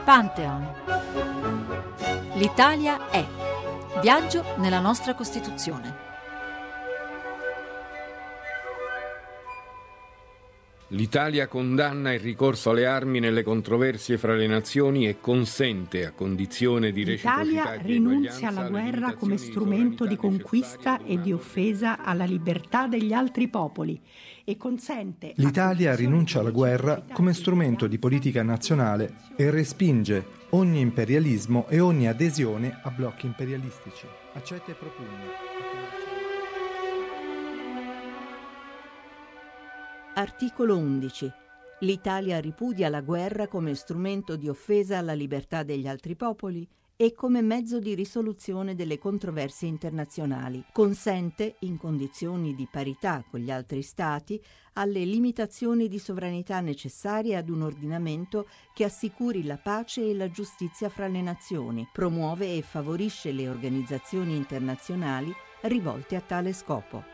Pantheon. L'Italia è. Viaggio nella nostra Costituzione. L'Italia condanna il ricorso alle armi nelle controversie fra le nazioni e consente, a condizione di reciprocità L'Italia e di rinunzia alla eguaglianza, guerra come strumento di conquista e di offesa alla libertà degli altri popoli e consente... L'Italia rinuncia alla guerra come strumento di politica nazionale e respinge ogni imperialismo e ogni adesione a blocchi imperialistici. Accetta e propugna. Articolo 11. L'Italia ripudia la guerra come strumento di offesa alla libertà degli altri popoli e come mezzo di risoluzione delle controversie internazionali. Consente, in condizioni di parità con gli altri Stati, alle limitazioni di sovranità necessarie ad un ordinamento che assicuri la pace e la giustizia fra le nazioni, promuove e favorisce le organizzazioni internazionali rivolte a tale scopo.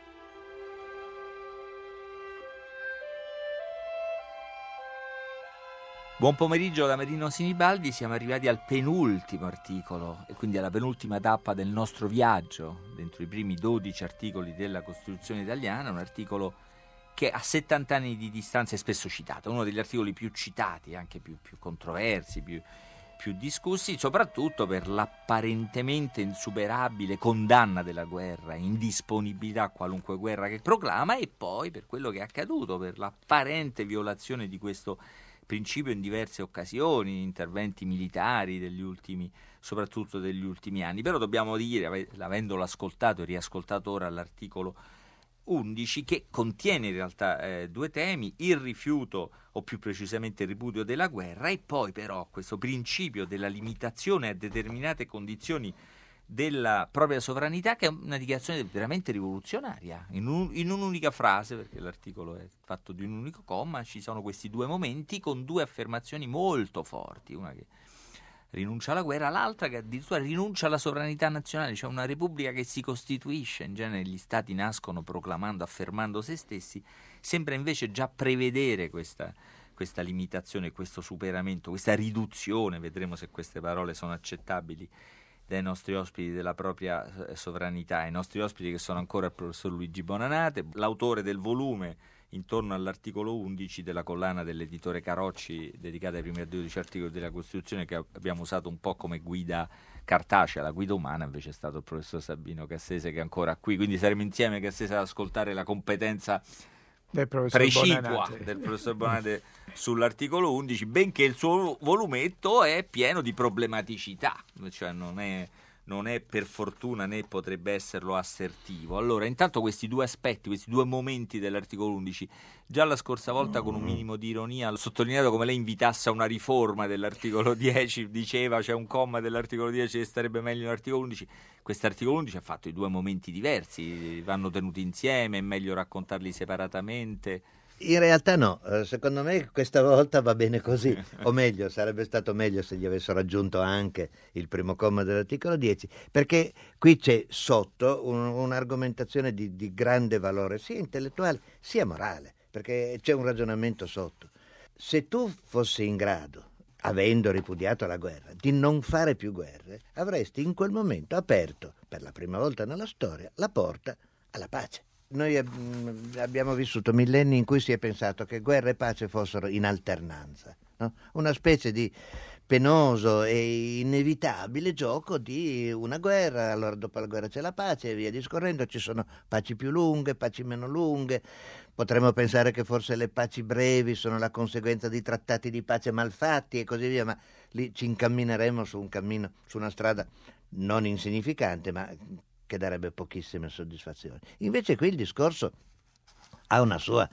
Buon pomeriggio da Marino Sinibaldi, siamo arrivati al penultimo articolo e quindi alla penultima tappa del nostro viaggio dentro i primi 12 articoli della Costituzione italiana, un articolo che a 70 anni di distanza è spesso citato, uno degli articoli più citati, anche più controversi, più discussi, soprattutto per l'apparentemente insuperabile condanna della guerra, indisponibilità a qualunque guerra che proclama, e poi per quello che è accaduto, per l'apparente violazione di questo principio in diverse occasioni, interventi militari soprattutto degli ultimi anni. Però dobbiamo dire, avendolo ascoltato e riascoltato ora l'articolo 11, che contiene in realtà due temi: il rifiuto, o più precisamente il ripudio della guerra, e poi però questo principio della limitazione a determinate condizioni della propria sovranità, che è una dichiarazione veramente rivoluzionaria. In un'unica frase, perché l'articolo è fatto di un unico comma, ci sono questi due momenti con due affermazioni molto forti, una che rinuncia alla guerra, l'altra che addirittura rinuncia alla sovranità nazionale, cioè una repubblica che si costituisce. In genere gli stati nascono proclamando, affermando se stessi, sembra invece già prevedere questa limitazione, questo superamento, questa riduzione. Vedremo se queste parole sono accettabili dai nostri ospiti della propria sovranità, i nostri ospiti che sono ancora il professor Luigi Bonanate, l'autore del volume intorno all'articolo 11 della collana dell'editore Carocci dedicata ai primi 12 articoli della Costituzione, che abbiamo usato un po' come guida cartacea. La guida umana invece è stato il professor Sabino Cassese, che è ancora qui, quindi saremo insieme, Cassese, ad ascoltare la competenza del professor precipua Bonanate. Del professor Bonanate sull'articolo 11, benché il suo volumetto è pieno di problematicità, cioè non è per fortuna, né potrebbe esserlo, assertivo. Allora, intanto questi due aspetti, questi due momenti dell'articolo 11, già la scorsa volta con un minimo di ironia ho sottolineato come lei invitasse a una riforma dell'articolo 10, diceva c'è un comma dell'articolo 10 che starebbe meglio nell'articolo 11. Quest'articolo 11 ha fatto i due momenti diversi, vanno tenuti insieme, è meglio raccontarli separatamente. In realtà no, secondo me questa volta va bene così, o meglio, sarebbe stato meglio se gli avessero aggiunto anche il primo comma dell'articolo 10, perché qui c'è sotto un'argomentazione di grande valore, sia intellettuale sia morale, perché c'è un ragionamento sotto. Se tu fossi in grado, avendo ripudiato la guerra, di non fare più guerre, avresti in quel momento aperto, per la prima volta nella storia, la porta alla pace. Noi abbiamo vissuto millenni in cui si è pensato che guerra e pace fossero in alternanza, no? Una specie di penoso e inevitabile gioco di una guerra, allora dopo la guerra c'è la pace e via discorrendo. Ci sono paci più lunghe, paci meno lunghe. Potremmo pensare che forse le paci brevi sono la conseguenza di trattati di pace malfatti e così via, ma lì ci incammineremo su una strada non insignificante, ma che darebbe pochissime soddisfazioni. Invece qui il discorso ha una sua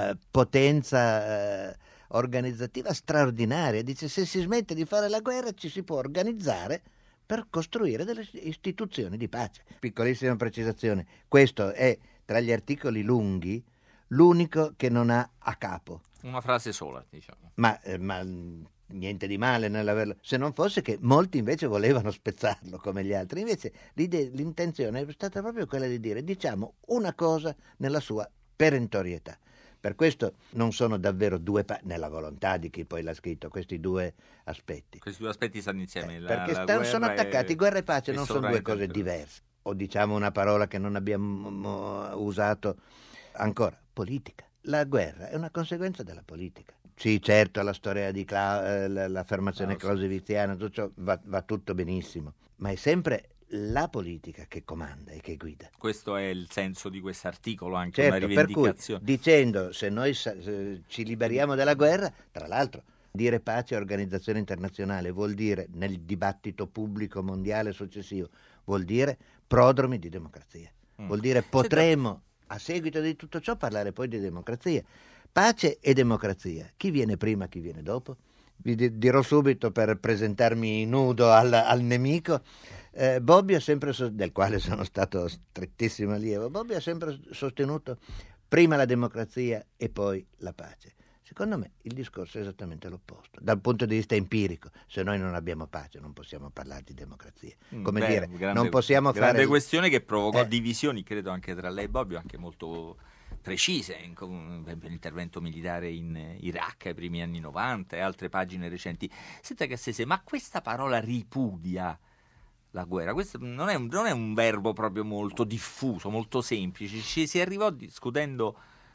potenza organizzativa straordinaria. Dice: se si smette di fare la guerra ci si può organizzare per costruire delle istituzioni di pace. Piccolissima precisazione: questo è, tra gli articoli lunghi, l'unico che non ha a capo. Una frase sola, diciamo. Ma niente di male nell'averlo, se non fosse che molti invece volevano spezzarlo come gli altri. Invece l'intenzione è stata proprio quella di dire: diciamo una cosa nella sua perentorietà. Per questo non sono davvero due nella volontà di chi poi l'ha scritto, questi due aspetti. Questi due aspetti stanno insieme. Perché sono attaccati. Guerra e pace non sono due cose diverse. O diciamo una parola che non abbiamo usato ancora, politica. La guerra è una conseguenza della politica. Sì, certo, la storia di l'affermazione clausewitziana, tutto ciò va tutto benissimo, ma è sempre la politica che comanda e che guida. Questo è il senso di quest'articolo, anche certo, una rivendicazione. Per cui, dicendo se noi ci liberiamo dalla guerra, tra l'altro, dire pace a organizzazione internazionale vuol dire, nel dibattito pubblico mondiale successivo, vuol dire prodromi di democrazia. Vuol dire potremo, a seguito di tutto ciò, parlare poi di democrazia. Pace e democrazia. Chi viene prima, chi viene dopo? Vi dirò subito, per presentarmi nudo al nemico, Bobbio ha sempre, del quale sono stato strettissimo allievo, Bobbio ha sempre sostenuto prima la democrazia e poi la pace. Secondo me il discorso è esattamente l'opposto. Dal punto di vista empirico, se noi non abbiamo pace non possiamo parlare di democrazia. Non possiamo fare... Grande questione che provocò divisioni, credo, anche tra lei e Bobbio, anche molto precise, per l'intervento militare in Iraq ai primi anni 90 e altre pagine recenti. Senta Cassese, ma questa parola ripudia la guerra, questo non è un verbo proprio molto diffuso, molto semplice, ci si arrivò discutendo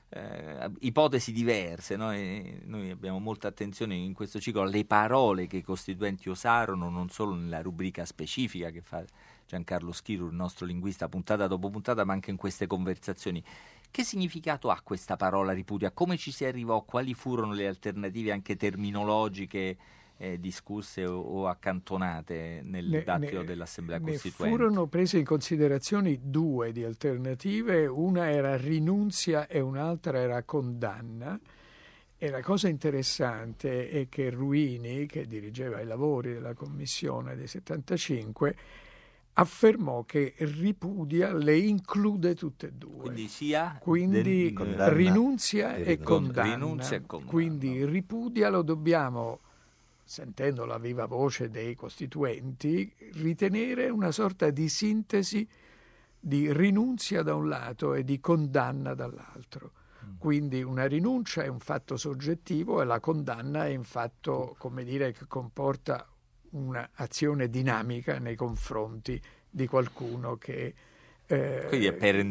ipotesi diverse, no? Noi abbiamo molta attenzione in questo ciclo alle parole che i costituenti usarono, non solo nella rubrica specifica che fa Giancarlo Schiru, il nostro linguista, puntata dopo puntata, ma anche in queste conversazioni. Che significato ha questa parola ripudia? Come ci si arrivò? Quali furono le alternative anche terminologiche discusse o accantonate nel dibattito dell'Assemblea Costituente? Furono prese in considerazione due di alternative, una era rinunzia e un'altra era condanna. E la cosa interessante è che Ruini, che dirigeva i lavori della Commissione dei 75, affermò che ripudia le include tutte e due. Quindi rinunzia e condanna. Quindi ripudia lo dobbiamo, sentendo la viva voce dei costituenti, ritenere una sorta di sintesi di rinunzia da un lato e di condanna dall'altro. Quindi una rinuncia è un fatto soggettivo e la condanna è un fatto, come dire, che comporta un'azione dinamica nei confronti di qualcuno che... Quindi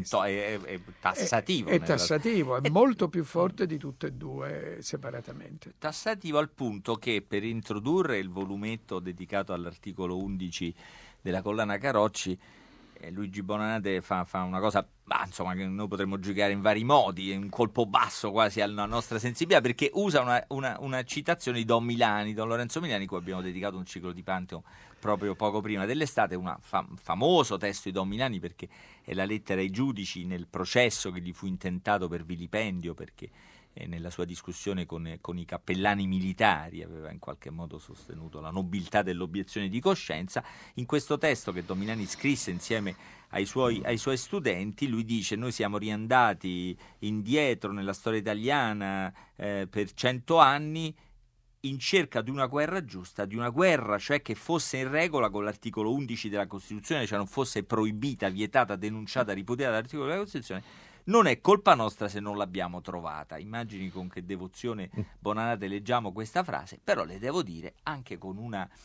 è tassativo. È tassativo, è molto più forte di tutte e due separatamente. Tassativo al punto che, per introdurre il volumetto dedicato all'articolo 11 della collana Carocci, Luigi Bonanate fa una cosa, insomma, che noi potremmo giocare in vari modi, un colpo basso quasi alla nostra sensibilità, perché usa una citazione di Don Lorenzo Milani, cui abbiamo dedicato un ciclo di Pantheon proprio poco prima dell'estate, un famoso testo di Don Milani, perché è la lettera ai giudici nel processo che gli fu intentato per vilipendio, perché nella sua discussione con i cappellani militari aveva in qualche modo sostenuto la nobiltà dell'obiezione di coscienza. In questo testo che Don Milani scrisse insieme ai suoi studenti, lui dice: noi siamo riandati indietro nella storia italiana per 100 anni in cerca di una guerra giusta, di una guerra cioè che fosse in regola con l'articolo 11 della Costituzione, cioè non fosse proibita, vietata, denunciata, ripudiata dall'articolo della Costituzione. Non è colpa nostra se non l'abbiamo trovata. Immagini con che devozione, Bonanate, leggiamo questa frase, però le devo dire anche con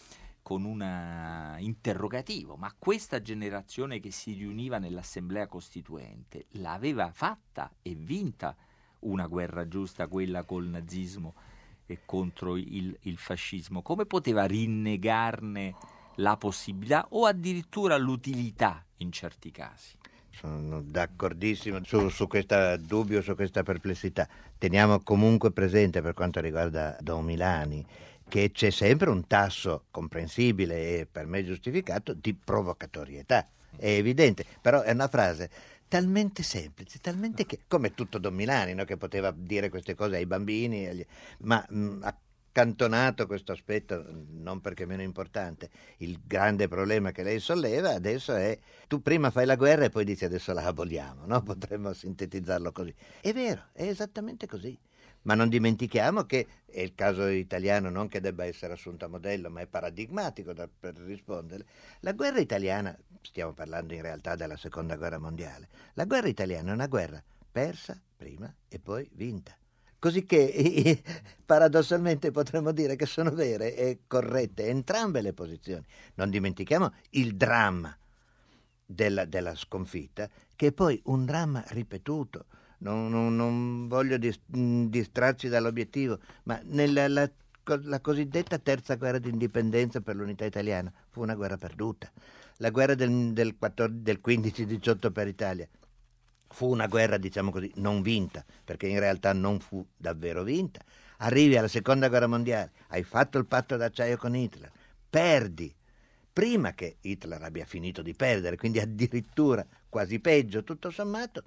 una interrogativo: ma questa generazione che si riuniva nell'Assemblea Costituente l'aveva fatta e vinta una guerra giusta, quella col nazismo e contro il fascismo? Come poteva rinnegarne la possibilità o addirittura l'utilità in certi casi? Sono d'accordissimo su questo dubbio, su questa perplessità. Teniamo comunque presente, per quanto riguarda Don Milani, che c'è sempre un tasso comprensibile e per me giustificato di provocatorietà. È evidente, però è una frase talmente semplice, talmente che, come tutto Don Milani, no? Che poteva dire queste cose ai bambini, ma accantonato questo aspetto, non perché meno importante, il grande problema che lei solleva adesso è: tu prima fai la guerra e poi dici adesso la aboliamo, no? Potremmo sintetizzarlo così. È vero, è esattamente così. Ma non dimentichiamo che è il caso italiano, non che debba essere assunto a modello, ma è paradigmatico per rispondere. La guerra italiana, stiamo parlando in realtà della seconda guerra mondiale, la guerra italiana è una guerra persa prima e poi vinta. Così che paradossalmente potremmo dire che sono vere e corrette entrambe le posizioni. Non dimentichiamo il dramma della sconfitta, che è poi un dramma ripetuto. Non voglio distrarci dall'obiettivo, ma la cosiddetta terza guerra d'indipendenza per l'unità italiana fu una guerra perduta. La guerra del 15-18 per Italia fu una guerra, diciamo così, non vinta, perché in realtà non fu davvero vinta. Arrivi alla seconda guerra mondiale, hai fatto il patto d'acciaio con Hitler, perdi prima che Hitler abbia finito di perdere, quindi addirittura quasi peggio tutto sommato,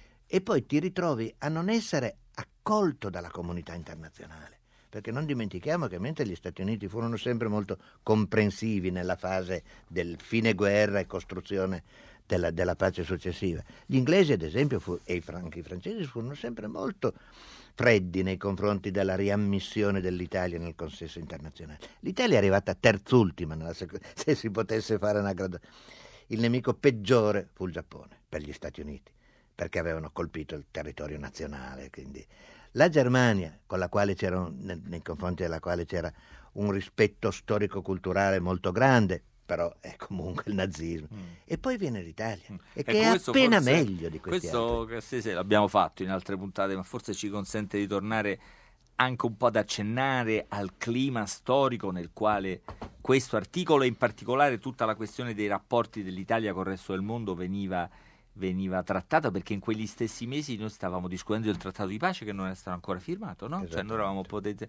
e poi ti ritrovi a non essere accolto dalla comunità internazionale, perché non dimentichiamo che mentre gli Stati Uniti furono sempre molto comprensivi nella fase del fine guerra e costruzione della pace successiva, gli inglesi ad esempio e i francesi furono sempre molto freddi nei confronti della riammissione dell'Italia nel consesso internazionale. L'Italia è arrivata terzultima, se si potesse fare una gradazione. Il nemico peggiore fu il Giappone per gli Stati Uniti, perché avevano colpito il territorio nazionale. Quindi la Germania, con la quale nei confronti della quale c'era un rispetto storico-culturale molto grande, però è comunque il nazismo. E poi viene l'Italia, e che è appena meglio di questi altri. Questo l'abbiamo fatto in altre puntate, ma forse ci consente di tornare anche un po' ad accennare al clima storico nel quale questo articolo e in particolare tutta la questione dei rapporti dell'Italia con il resto del mondo veniva trattata, perché in quegli stessi mesi noi stavamo discutendo del trattato di pace che non era stato ancora firmato, no? Cioè noi eravamo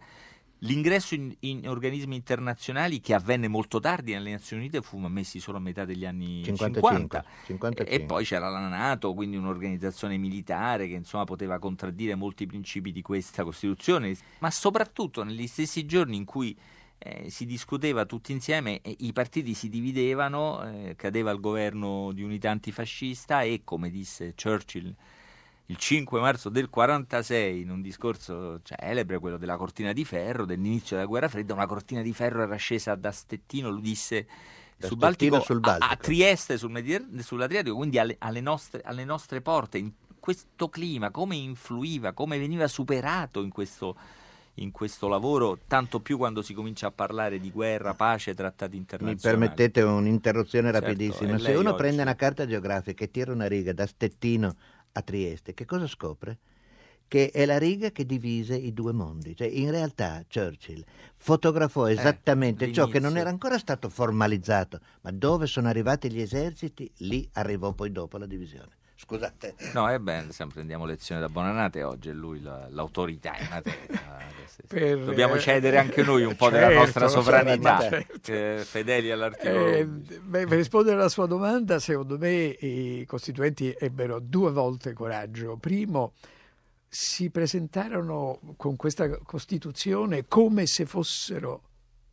l'ingresso in organismi internazionali, che avvenne molto tardi nelle Nazioni Unite, fu ammessi solo a metà degli anni 50. E poi c'era la NATO, quindi un'organizzazione militare che insomma poteva contraddire molti principi di questa Costituzione, ma soprattutto negli stessi giorni in cui si discuteva tutti insieme, i partiti si dividevano, cadeva il governo di unità antifascista e, come disse Churchill il 5 marzo del 46 in un discorso celebre, quello della cortina di ferro, dell'inizio della guerra fredda, una cortina di ferro era scesa da Stettino, lo disse, sul Baltico. A Trieste, sull'Adriatico, quindi alle nostre porte. In questo clima, come influiva, come veniva superato in questo lavoro, tanto più quando si comincia a parlare di guerra, pace, trattati internazionali. Mi permettete un'interruzione rapidissima? Certo, se uno prende una carta geografica e tira una riga da Stettino a Trieste, che cosa scopre? Che è la riga che divise i due mondi. Cioè, in realtà Churchill fotografò esattamente ciò che non era ancora stato formalizzato, ma dove sono arrivati gli eserciti, lì arrivò poi dopo la divisione. Scusate. No, è bene, sempre prendiamo lezione da Bonanate, oggi è lui l'autorità in materia. Dobbiamo cedere anche noi un po' della nostra sovranità, fedeli all'articolo. Per rispondere alla sua domanda, secondo me i costituenti ebbero due volte coraggio. Primo, si presentarono con questa Costituzione come se fossero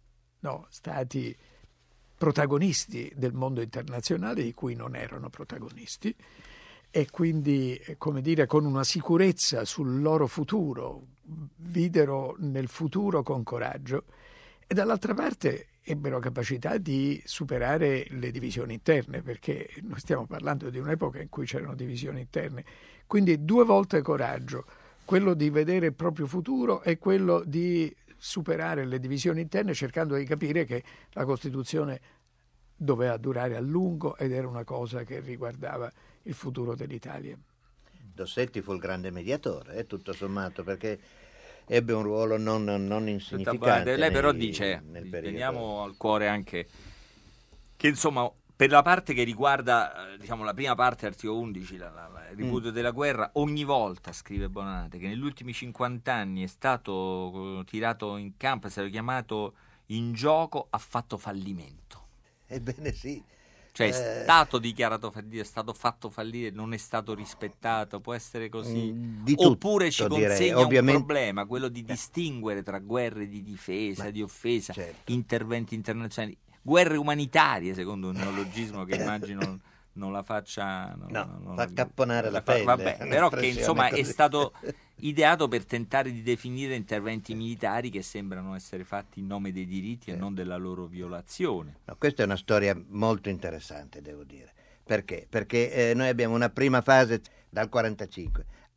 stati protagonisti del mondo internazionale, di cui non erano protagonisti, e quindi, come dire, con una sicurezza sul loro futuro, videro nel futuro con coraggio, e dall'altra parte ebbero capacità di superare le divisioni interne, perché noi stiamo parlando di un'epoca in cui c'erano divisioni interne. Quindi due volte coraggio, quello di vedere il proprio futuro e quello di superare le divisioni interne, cercando di capire che la Costituzione doveva durare a lungo ed era una cosa che riguardava il futuro dell'Italia. Dossetti fu il grande mediatore, tutto sommato, perché ebbe un ruolo non insignificante. Lei però dice, teniamo al cuore anche che insomma, per la parte che riguarda la prima parte dell'articolo 11, il ripudio della guerra, ogni volta, scrive Bonanate, che negli ultimi 50 anni è stato tirato in campo, è stato chiamato in gioco, ha fatto fallimento. Ebbene sì. Cioè è stato dichiarato fallire, è stato fatto fallire, non è stato rispettato, può essere così? Oppure ci consegna un problema, quello di distinguere tra guerre di difesa, di offesa, interventi internazionali, guerre umanitarie, secondo un neologismo che immagino non la faccia... fa accapponare la pelle. Vabbè, però che insomma è stato ideato per tentare di definire interventi militari che sembrano essere fatti in nome dei diritti e non della loro violazione. No, questa è una storia molto interessante, devo dire. Perché? Perché noi abbiamo una prima fase dal 45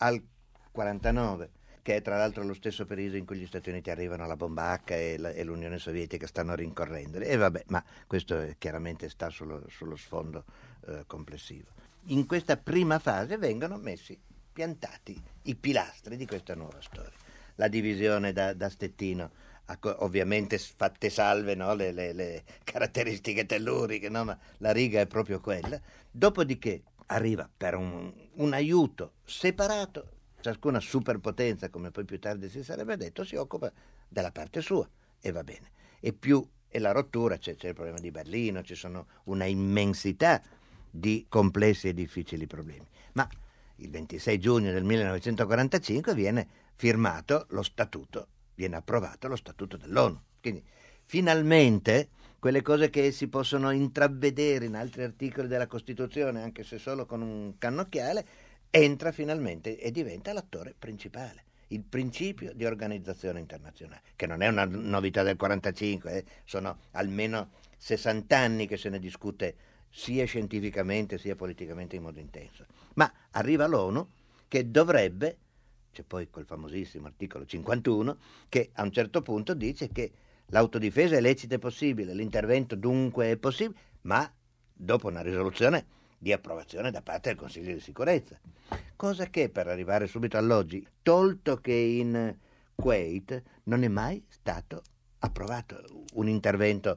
al 49, che è tra l'altro lo stesso periodo in cui gli Stati Uniti arrivano alla bomba H e l'Unione Sovietica stanno rincorrendoli. E vabbè, ma questo chiaramente sta sullo sfondo complessivo. In questa prima fase vengono piantati i pilastri di questa nuova storia. La divisione da Stettino, ovviamente fatte salve, no, le caratteristiche telluriche, no, ma la riga è proprio quella. Dopodiché arriva per un aiuto separato, ciascuna superpotenza, come poi più tardi si sarebbe detto, si occupa della parte sua e va bene. E la rottura, c'è il problema di Berlino, ci sono una immensità di complessi e difficili problemi. Ma il 26 giugno del 1945 viene firmato lo statuto, viene approvato lo statuto dell'ONU. Quindi finalmente quelle cose che si possono intravedere in altri articoli della Costituzione, anche se solo con un cannocchiale, entra finalmente e diventa l'attore principale. Il principio di organizzazione internazionale, che non è una novità del 45, sono almeno 60 anni che se ne discute sia scientificamente sia politicamente in modo intenso. Ma arriva l'ONU che dovrebbe, c'è poi quel famosissimo articolo 51, che a un certo punto dice che l'autodifesa è lecita e possibile, l'intervento dunque è possibile, ma dopo una risoluzione di approvazione da parte del Consiglio di sicurezza. Cosa che, per arrivare subito all'oggi, tolto che in Kuwait non è mai stato approvato un intervento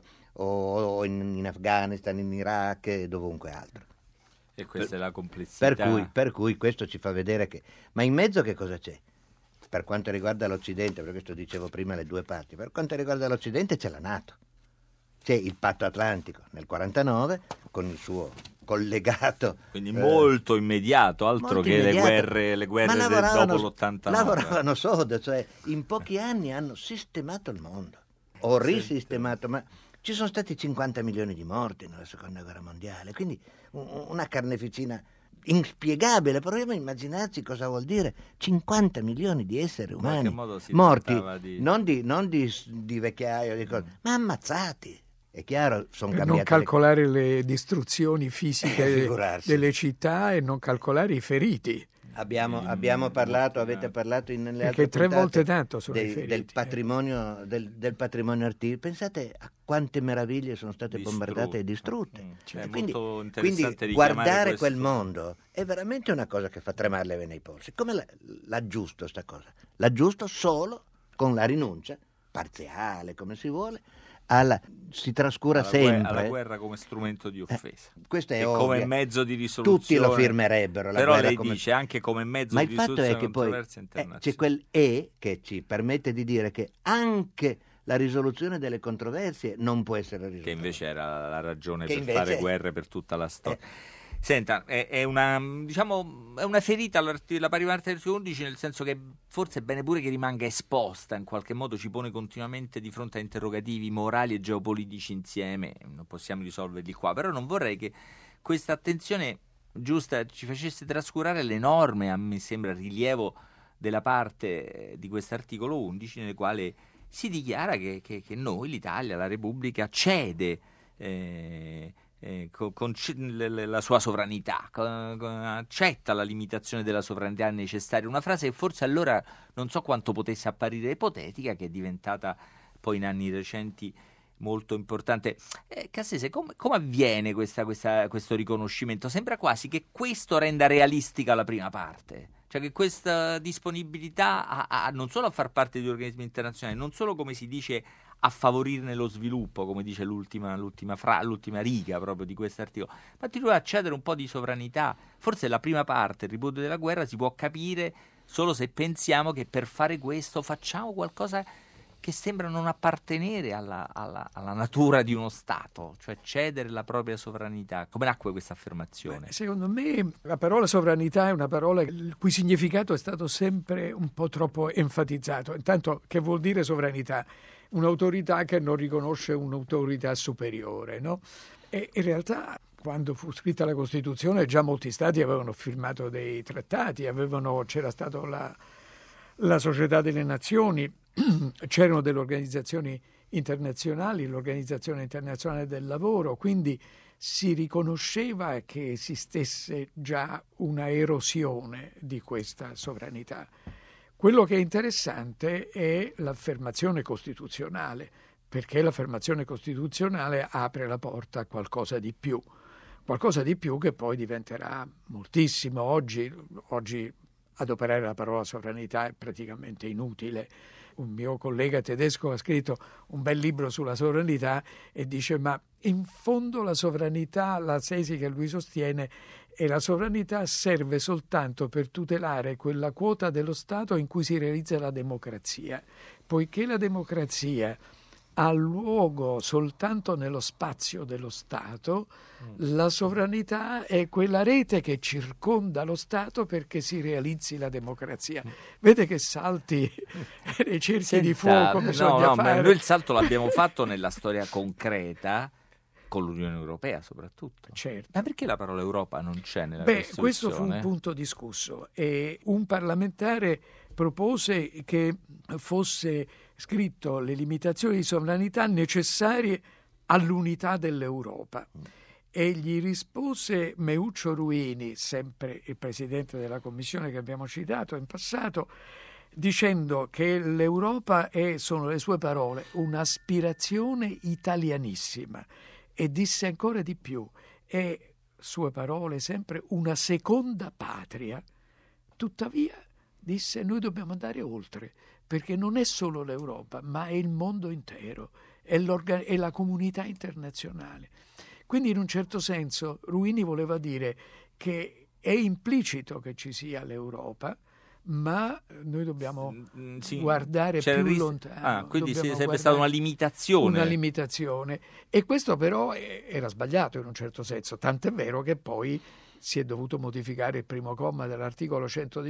o in Afghanistan, in Iraq e dovunque altro. E questa è la complessità. Per cui questo ci fa vedere che... Ma in mezzo che cosa c'è? Per quanto riguarda l'Occidente, per questo dicevo prima le due parti, per quanto riguarda l'Occidente c'è la NATO. C'è il Patto Atlantico nel 49 con il suo collegato. Quindi molto immediato, altro che immediato. le guerre dopo l'89. Lavoravano sodo, cioè in pochi anni hanno sistemato il mondo. O risistemato, ma ci sono stati 50 milioni di morti nella seconda guerra mondiale, quindi una carneficina inspiegabile. Proviamo a immaginarci cosa vuol dire 50 milioni di esseri umani morti, non di vecchiaio, di cose, ma ammazzati. È chiaro, sono cambiate. Non calcolare le distruzioni fisiche delle città e non calcolare i feriti. Abbiamo parlato, avete parlato nelle altre puntate, 3 volte tanto sono del patrimonio del patrimonio artistico. Pensate a quante meraviglie sono state bombardate e distrutte. Quindi guardare quel mondo è veramente una cosa che fa tremare le vene ai polsi. Come l'aggiusto sta cosa? L'aggiusto solo con la rinuncia parziale, come si vuole, si trascura sempre alla guerra come strumento di offesa. Questo è e ovvio. Come mezzo di risoluzione. Tutti lo firmerebbero. Però lei dice anche come mezzo di risoluzione della controversia internazionale. C'è quel E che ci permette di dire che anche la risoluzione delle controversie non può essere risolta. Che invece era la ragione per fare guerre per tutta la storia. Senta, è una ferita la prima parte dell'articolo 11, nel senso che forse è bene pure che rimanga esposta, in qualche modo ci pone continuamente di fronte a interrogativi morali e geopolitici insieme, non possiamo risolverli qua, però non vorrei che questa attenzione giusta ci facesse trascurare l'enorme, a me sembra, rilievo della parte di quest'articolo 11 nel quale si dichiara che noi, l'Italia, la Repubblica, cede con la sua sovranità, accetta la limitazione della sovranità necessaria, una frase che forse allora non so quanto potesse apparire ipotetica, che è diventata poi in anni recenti molto importante. Cassese, come avviene questo riconoscimento? Sembra quasi che questo renda realistica la prima parte, cioè che questa disponibilità non solo a far parte degli organismi internazionali, non solo, come si dice, a favorirne lo sviluppo, come dice l'ultima riga proprio di questo articolo, ma addirittura accedere un po' di sovranità. Forse la prima parte, il ripudio della guerra, si può capire solo se pensiamo che per fare questo facciamo qualcosa che sembra non appartenere alla natura di uno Stato, cioè cedere la propria sovranità. Come nacque questa affermazione? Secondo me la parola sovranità è una parola il cui significato è stato sempre un po' troppo enfatizzato. Intanto, che vuol dire sovranità? Un'autorità che non riconosce un'autorità superiore, no? E in realtà, quando fu scritta la Costituzione, già molti Stati avevano firmato dei trattati, c'era stato la Società delle Nazioni, c'erano delle organizzazioni internazionali, l'Organizzazione Internazionale del Lavoro, quindi si riconosceva che esistesse già una erosione di questa sovranità. Quello che è interessante è l'affermazione costituzionale, perché l'affermazione costituzionale apre la porta a qualcosa di più che poi diventerà moltissimo. Oggi adoperare la parola sovranità è praticamente inutile. Un mio collega tedesco ha scritto un bel libro sulla sovranità e dice: ma in fondo la sovranità, la tesi che lui sostiene, e la sovranità serve soltanto per tutelare quella quota dello Stato in cui si realizza la democrazia, poiché la democrazia ha luogo soltanto nello spazio dello Stato. La sovranità è quella rete che circonda lo Stato perché si realizzi la democrazia. Vede che salti nei cerchi di fuoco bisogna fare. Ma noi il salto l'abbiamo fatto nella storia concreta con l'Unione Europea soprattutto. Certo. Ma perché la parola Europa non c'è nella Costituzione? Questo fu un punto discusso e un parlamentare propose che fosse scritto le limitazioni di sovranità necessarie all'unità dell'Europa. E gli rispose Meuccio Ruini, sempre il presidente della commissione che abbiamo citato in passato, dicendo che l'Europa è, sono le sue parole, un'aspirazione italianissima. E disse ancora di più, è, sue parole sempre, una seconda patria. Tuttavia, disse, noi dobbiamo andare oltre, perché non è solo l'Europa, ma è il mondo intero, è la comunità internazionale. Quindi in un certo senso Ruini voleva dire che è implicito che ci sia l'Europa, ma noi dobbiamo guardare più lontano. Quindi sarebbe stata una limitazione. Una limitazione. E questo però era sbagliato in un certo senso, tant'è vero che poi si è dovuto modificare il primo comma dell'articolo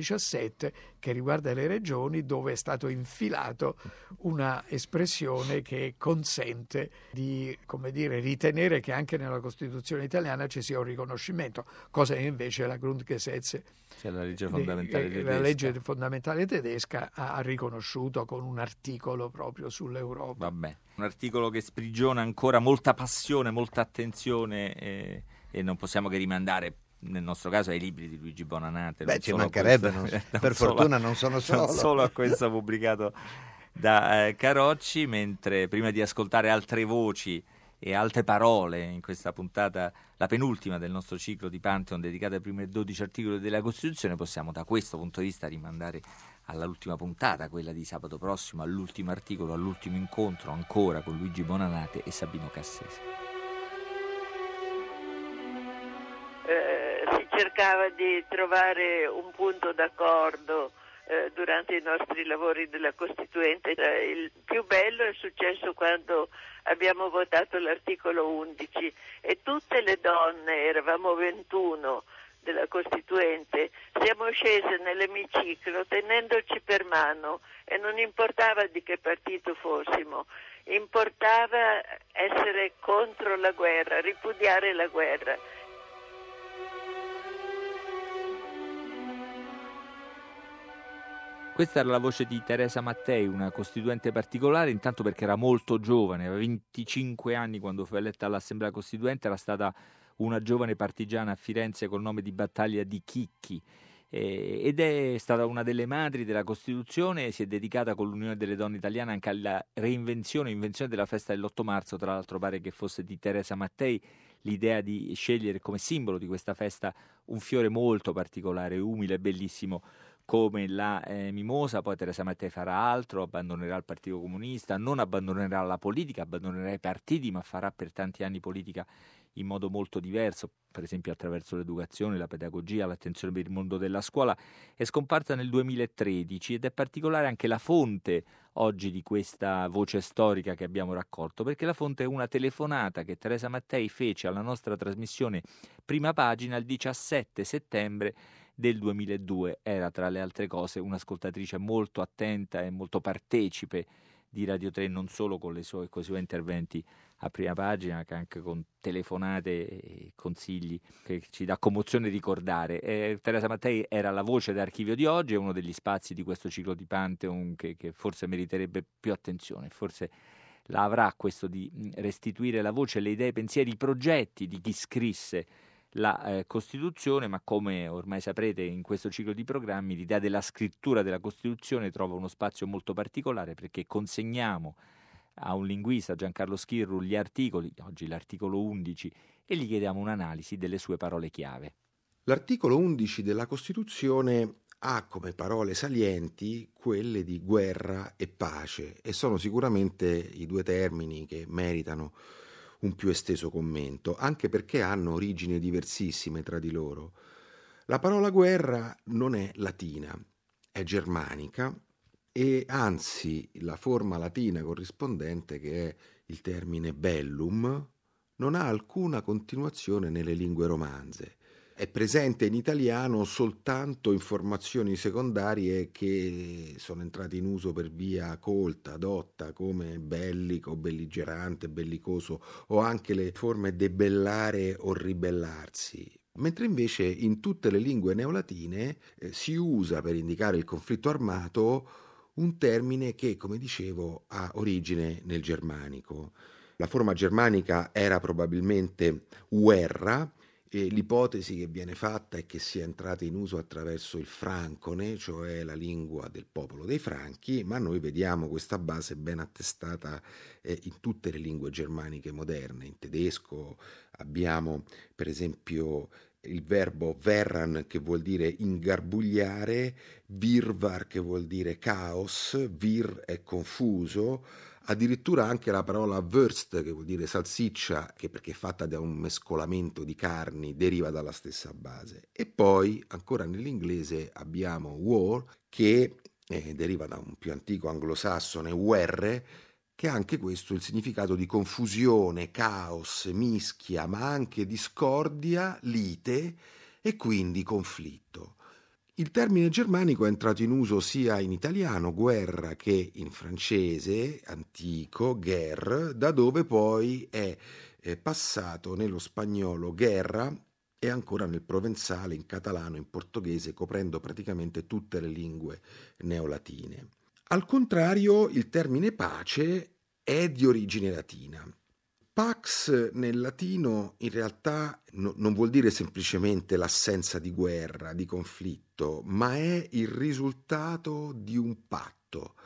117 che riguarda le regioni, dove è stato infilato una espressione che consente di, come dire, ritenere che anche nella Costituzione italiana ci sia un riconoscimento, cosa che invece la Grundgesetz, cioè la legge fondamentale tedesca, la legge fondamentale tedesca ha riconosciuto con un articolo proprio sull'Europa. Vabbè, un articolo che sprigiona ancora molta passione, molta attenzione e non possiamo che rimandare nel nostro caso ai libri di Luigi Bonanate. Ci mancherebbe, per fortuna non sono solo. Non solo a questo pubblicato da Carocci, mentre prima di ascoltare altre voci e altre parole in questa puntata, la penultima del nostro ciclo di Pantheon dedicata ai primi 12 articoli della Costituzione, possiamo da questo punto di vista rimandare all'ultima puntata, quella di sabato prossimo, all'ultimo articolo, all'ultimo incontro ancora con Luigi Bonanate e Sabino Cassese. Cercava di trovare un punto d'accordo durante i nostri lavori della Costituente. Il più bello è successo quando abbiamo votato l'articolo 11 e tutte le donne, eravamo 21 della Costituente, siamo scese nell'emiciclo tenendoci per mano e non importava di che partito fossimo, importava essere contro la guerra, ripudiare la guerra. Questa era la voce di Teresa Mattei, una costituente particolare, intanto perché era molto giovane, aveva 25 anni quando fu eletta all'Assemblea Costituente, era stata una giovane partigiana a Firenze col nome di battaglia di Chicchi ed è stata una delle madri della Costituzione e si è dedicata con l'Unione delle Donne Italiane anche alla invenzione della festa dell'8 marzo, tra l'altro pare che fosse di Teresa Mattei l'idea di scegliere come simbolo di questa festa un fiore molto particolare, umile e bellissimo, come la mimosa. Poi Teresa Mattei farà altro, abbandonerà il Partito Comunista, non abbandonerà la politica, abbandonerà i partiti, ma farà per tanti anni politica in modo molto diverso, per esempio attraverso l'educazione, la pedagogia, l'attenzione per il mondo della scuola. È scomparsa nel 2013 ed è particolare anche la fonte oggi di questa voce storica che abbiamo raccolto, perché la fonte è una telefonata che Teresa Mattei fece alla nostra trasmissione Prima Pagina il 17 settembre del 2002. Era, tra le altre cose, un'ascoltatrice molto attenta e molto partecipe di Radio 3, non solo con i suoi interventi a Prima Pagina, che anche con telefonate e consigli che ci dà commozione ricordare. Teresa Mattei era la voce d'archivio di oggi, è uno degli spazi di questo ciclo di Pantheon che forse meriterebbe più attenzione, forse la avrà questo di restituire la voce, le idee, i pensieri, i progetti di chi scrisse la Costituzione, ma come ormai saprete in questo ciclo di programmi l'idea della scrittura della Costituzione trova uno spazio molto particolare, perché consegniamo a un linguista, Giancarlo Schirru, gli articoli, oggi l'articolo 11, e gli chiediamo un'analisi delle sue parole chiave. L'articolo 11 della Costituzione ha come parole salienti quelle di guerra e pace, e sono sicuramente i due termini che meritano un più esteso commento, anche perché hanno origini diversissime tra di loro. La parola guerra non è latina, è germanica, e anzi la forma latina corrispondente, che è il termine bellum, non ha alcuna continuazione nelle lingue romanze. È presente in italiano soltanto in formazioni secondarie che sono entrate in uso per via colta, dotta, come bellico, belligerante, bellicoso, o anche le forme debellare o ribellarsi. Mentre invece in tutte le lingue neolatine si usa per indicare il conflitto armato un termine che, come dicevo, ha origine nel germanico. La forma germanica era probabilmente guerra, e l'ipotesi che viene fatta è che sia entrata in uso attraverso il francone, cioè la lingua del popolo dei Franchi, ma noi vediamo questa base ben attestata in tutte le lingue germaniche moderne. In tedesco abbiamo per esempio il verbo verran, che vuol dire ingarbugliare, virvar, che vuol dire caos, vir è confuso, addirittura anche la parola Wurst, che vuol dire salsiccia, che perché è fatta da un mescolamento di carni, deriva dalla stessa base. E poi ancora nell'inglese abbiamo war, che deriva da un più antico anglosassone werre, che ha anche questo il significato di confusione, caos, mischia, ma anche discordia, lite e quindi conflitto. Il termine germanico è entrato in uso sia in italiano, guerra, che in francese antico, guerre, da dove poi è passato nello spagnolo guerra e ancora nel provenzale, in catalano, in portoghese, coprendo praticamente tutte le lingue neolatine. Al contrario, il termine pace è di origine latina. Pax nel latino in realtà non vuol dire semplicemente l'assenza di guerra, di conflitto, ma è il risultato di un patto.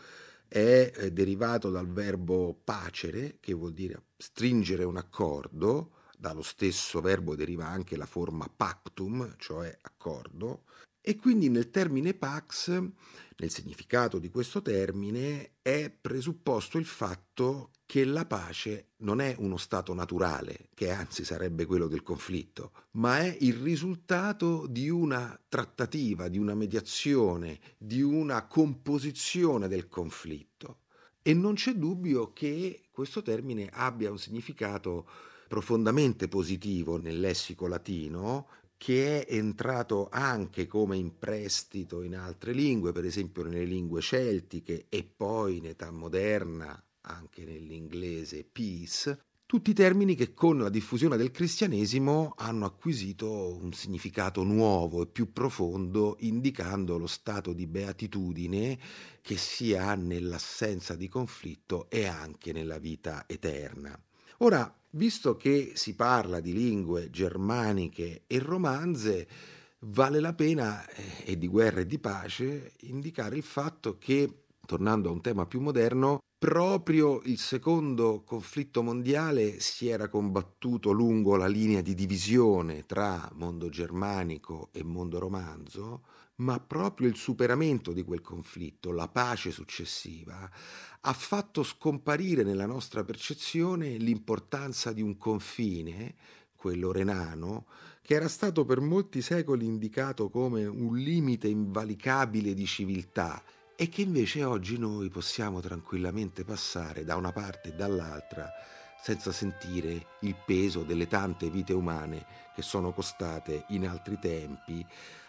È derivato dal verbo pacere, che vuol dire stringere un accordo. Dallo stesso verbo deriva anche la forma pactum, cioè accordo, e quindi nel termine pax, nel significato di questo termine, è presupposto il fatto che la pace non è uno stato naturale, che anzi sarebbe quello del conflitto, ma è il risultato di una trattativa, di una mediazione, di una composizione del conflitto. E non c'è dubbio che questo termine abbia un significato profondamente positivo nel lessico latino, che è entrato anche come in prestito in altre lingue, per esempio nelle lingue celtiche e poi in età moderna anche nell'inglese peace, tutti termini che con la diffusione del cristianesimo hanno acquisito un significato nuovo e più profondo, indicando lo stato di beatitudine che si ha nell'assenza di conflitto e anche nella vita eterna. Ora, visto che si parla di lingue germaniche e romanze, vale la pena, e di guerra e di pace, indicare il fatto che, tornando a un tema più moderno, proprio il secondo conflitto mondiale si era combattuto lungo la linea di divisione tra mondo germanico e mondo romanzo, ma proprio il superamento di quel conflitto, la pace successiva, ha fatto scomparire nella nostra percezione l'importanza di un confine, quello renano, che era stato per molti secoli indicato come un limite invalicabile di civiltà e che invece oggi noi possiamo tranquillamente passare da una parte e dall'altra senza sentire il peso delle tante vite umane che sono costate in altri tempi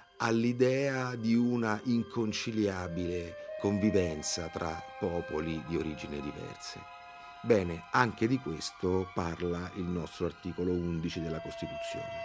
all'idea di una inconciliabile convivenza tra popoli di origine diverse. Bene, anche di questo parla il nostro articolo 11 della Costituzione.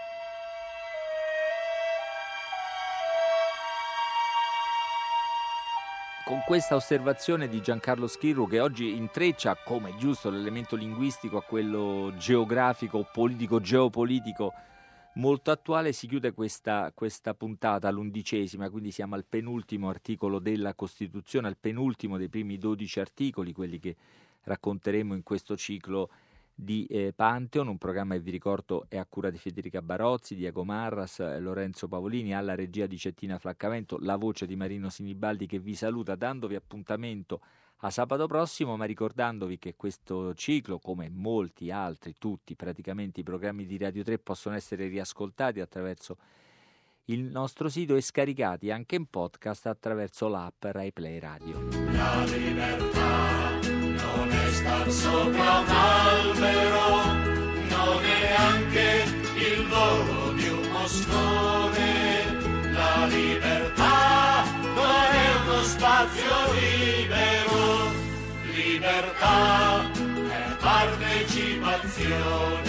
con questa osservazione di Giancarlo Schirru, che oggi intreccia, come è giusto, l'elemento linguistico a quello geografico o politico, geopolitico molto attuale, si chiude questa puntata, l'11ª, quindi siamo al penultimo articolo della Costituzione, al penultimo dei primi 12 articoli, quelli che racconteremo in questo ciclo di Pantheon, un programma che vi ricordo è a cura di Federica Barozzi, Diego Marras, Lorenzo Pavolini, alla regia di Cettina Flaccamento, la voce di Marino Sinibaldi che vi saluta, dandovi appuntamento a sabato prossimo, ma ricordandovi che questo ciclo, come molti altri, tutti praticamente i programmi di Radio 3, possono essere riascoltati attraverso il nostro sito e scaricati anche in podcast attraverso l'app Rai Play Radio. La libertà non è star sopra un albero, non è anche il volo di un moscone. La libertà non è uno spazio libero, libertà è partecipazione.